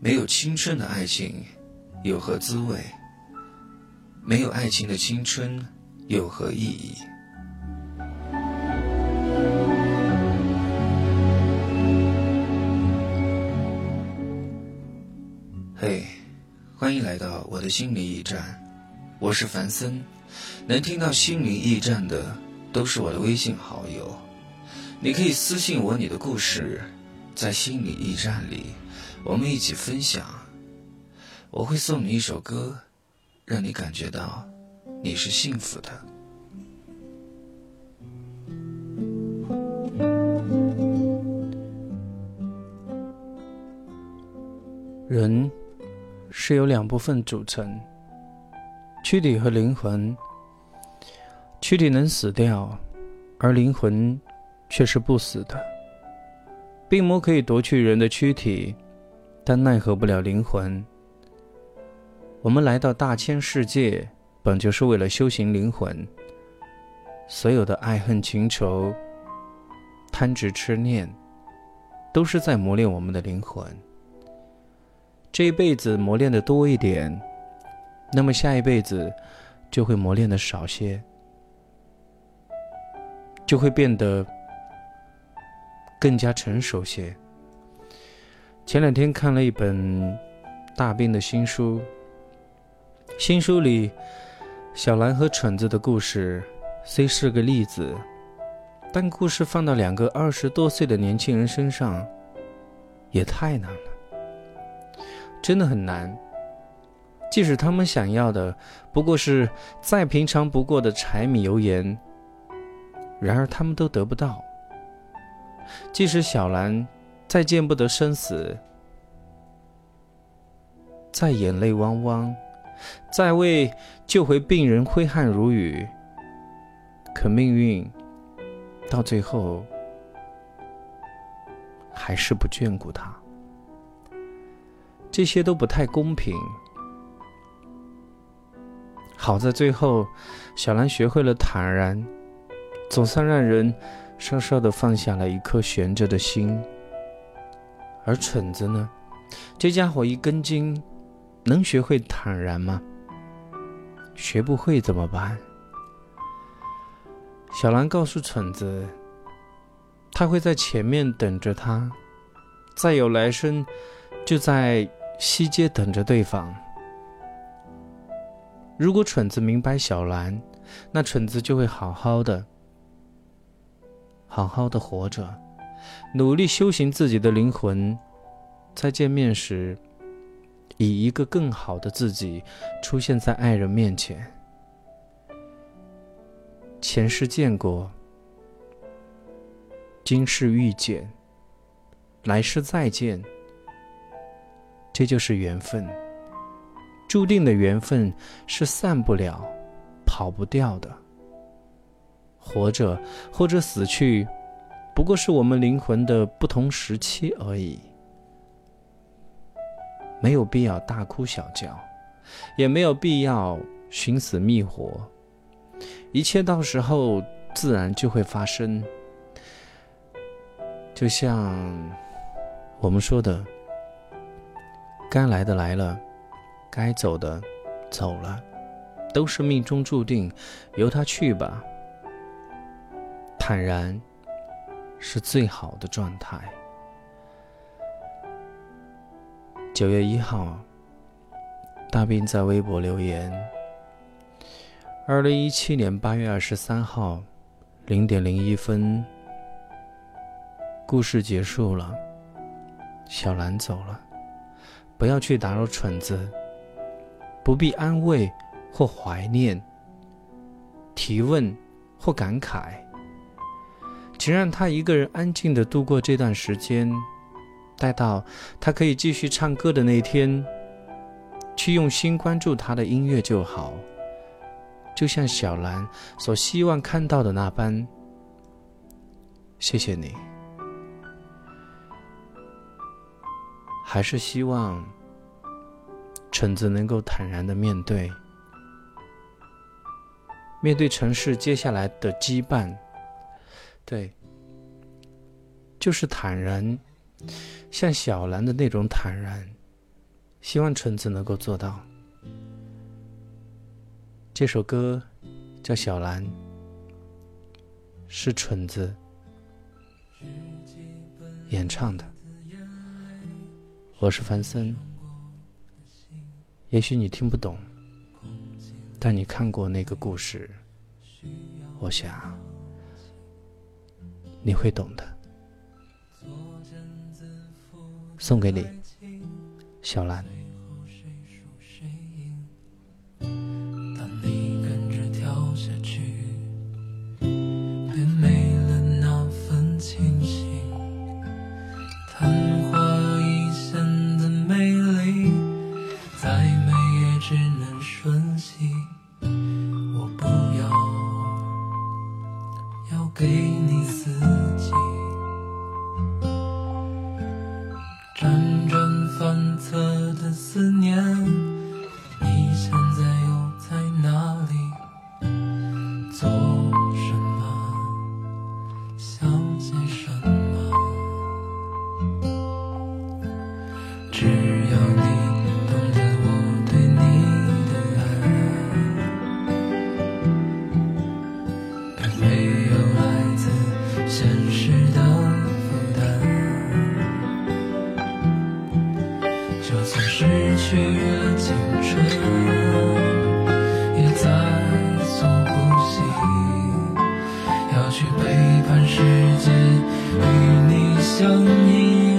没有青春的爱情有何滋味？没有爱情的青春有何意义？嘿，欢迎来到我的心灵驿站，我是樊森。能听到心灵驿站的都是我的微信好友，你可以私信我你的故事，在心灵驿站里我们一起分享，我会送你一首歌，让你感觉到你是幸福的。 人是由两部分组成，躯体和灵魂。躯体能死掉，而灵魂却是不死的。病魔可以夺去人的躯体，但奈何不了灵魂。我们来到大千世界，本就是为了修行灵魂。所有的爱恨情仇、贪执痴念，都是在磨练我们的灵魂。这一辈子磨练的多一点，那么下一辈子就会磨练的少些，就会变得更加成熟些。前两天看了一本大兵的新书，新书里小兰和蠢子的故事虽是个例子，但故事放到两个20多岁的年轻人身上也太难了，真的很难。即使他们想要的不过是再平常不过的柴米油盐，然而他们都得不到。即使小兰再见不得生死，再眼泪汪汪，再为救回病人挥汗如雨，可命运到最后还是不眷顾他。这些都不太公平。好在最后小兰学会了坦然，总算让人稍稍地放下了一颗悬着的心。而蠢子呢，这家伙一根筋，能学会坦然吗？学不会怎么办？小兰告诉蠢子，他会在前面等着他，再有来生就在西街等着对方。如果蠢子明白小兰，那蠢子就会好好的活着，努力修行自己的灵魂，在见面时以一个更好的自己出现在爱人面前。前世见过，今世遇见，来世再见，这就是缘分。注定的缘分是散不了、跑不掉的。活着或者死去，不过是我们灵魂的不同时期而已。没有必要大哭小叫，也没有必要寻死觅活，一切到时候自然就会发生。就像我们说的，该来的来了，该走的走了，都是命中注定，由他去吧。坦然是最好的状态。9月1号，大兵在微博留言：2017年8月23号0点01分，故事结束了，小兰走了，不要去打扰蠢子，不必安慰或怀念，提问或感慨，请让他一个人安静地度过这段时间，待到他可以继续唱歌的那天，去用心关注他的音乐就好，就像小兰所希望看到的那般。谢谢你。还是希望蠢子能够坦然地面对城市接下来的羁绊。对，就是坦然，像小兰的那种坦然， 希望纯子能够做到。这首歌叫《小蓝》，是纯子演唱的。我是樊森，也许你听不懂，但你看过那个故事，我想你会懂的。送给你，小兰。 当你跟着跳下去，变没了那份清醒，昙花一现的美丽，再美也只能瞬息。我不要给你四季，辗转反侧的思念，你现在又在哪里？做什么？想些什么？只要你懂得我对你的爱，并没有来自现实的负担。就算失去了青春，也在所不惜，要去背叛世界，与你相依。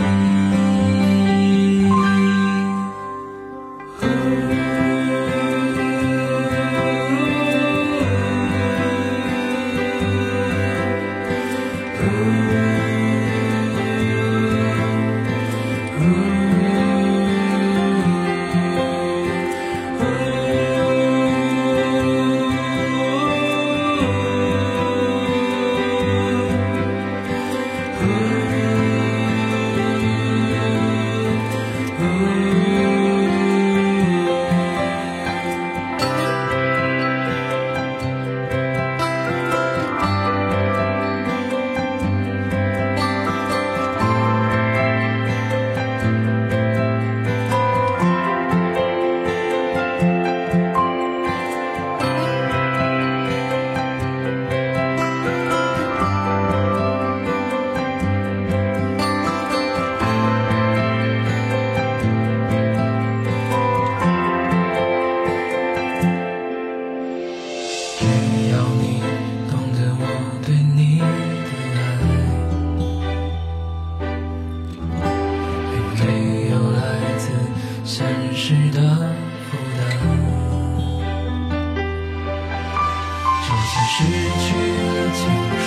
失去了青春，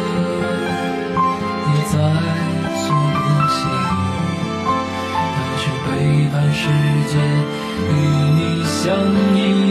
也在所不惜，要去背叛世界，与你相依。